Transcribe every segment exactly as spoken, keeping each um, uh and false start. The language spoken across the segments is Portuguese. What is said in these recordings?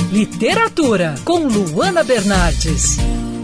Literatura, com Luana Bernardes.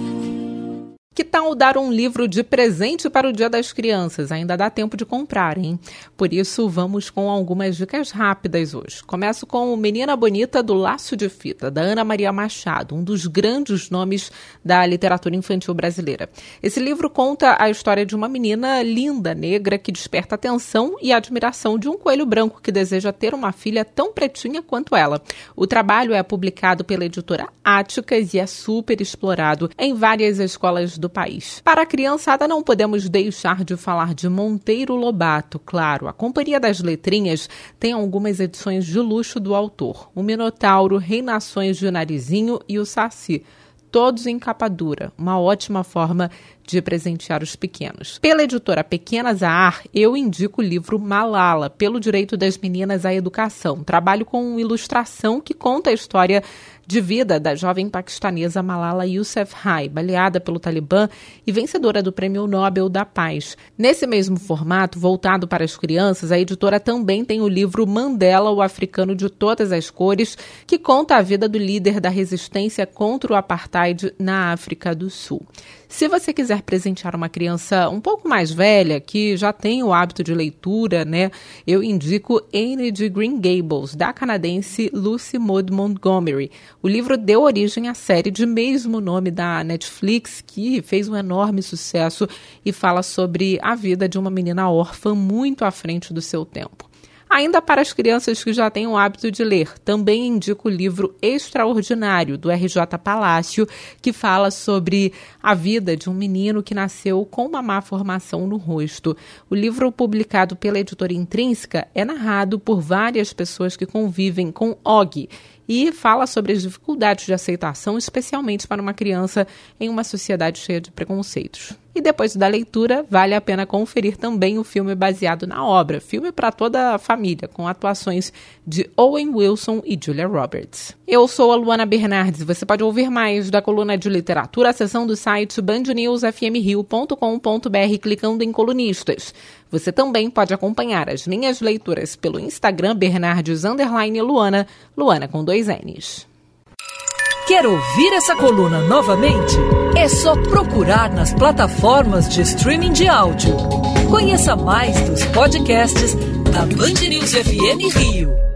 Que tal dar um livro de presente para o Dia das Crianças? Ainda dá tempo de comprar, hein? Por isso, vamos com algumas dicas rápidas hoje. Começo com Menina Bonita do Laço de Fita, da Ana Maria Machado, um dos grandes nomes da literatura infantil brasileira. Esse livro conta a história de uma menina linda, negra, que desperta atenção e admiração de um coelho branco que deseja ter uma filha tão pretinha quanto ela. O trabalho é publicado pela editora Áticas e é super explorado em várias escolas do país. Para a criançada, não podemos deixar de falar de Monteiro Lobato, claro. A Companhia das Letrinhas tem algumas edições de luxo do autor. O Minotauro, Reinações de Narizinho e o Saci. Todos em capa dura, uma ótima forma de presentear os pequenos. Pela editora Pequena Zahar, eu indico o livro Malala, Pelo Direito das Meninas à Educação. Trabalho com ilustração que conta a história de vida da jovem paquistanesa Malala Yousafzai, baleada pelo Talibã e vencedora do Prêmio Nobel da Paz. Nesse mesmo formato, voltado para as crianças, a editora também tem o livro Mandela, o Africano de Todas as Cores, que conta a vida do líder da resistência contra o apartheid na África do Sul. Se você quiser presentear uma criança um pouco mais velha, que já tem o hábito de leitura, né, eu indico Anne de Green Gables, da canadense Lucy Maud Montgomery. O livro deu origem à série de mesmo nome da Netflix, que fez um enorme sucesso e fala sobre a vida de uma menina órfã muito à frente do seu tempo. Ainda para as crianças que já têm o hábito de ler, também indico o livro Extraordinário, do R J Palácio, que fala sobre a vida de um menino que nasceu com uma má formação no rosto. O livro, publicado pela editora Intrínseca, é narrado por várias pessoas que convivem com O G e fala sobre as dificuldades de aceitação, especialmente para uma criança em uma sociedade cheia de preconceitos. E depois da leitura, vale a pena conferir também o filme baseado na obra, filme para toda a família, com atuações de Owen Wilson e Julia Roberts. Eu sou a Luana Bernardes, você pode ouvir mais da coluna de literatura acessando do site band news f m rio ponto com ponto b r clicando em colunistas. Você também pode acompanhar as minhas leituras pelo Instagram Bernardes underline Luana, Luana com dois N's. Quer ouvir essa coluna novamente? É só procurar nas plataformas de streaming de áudio. Conheça mais dos podcasts da Band News F M Rio.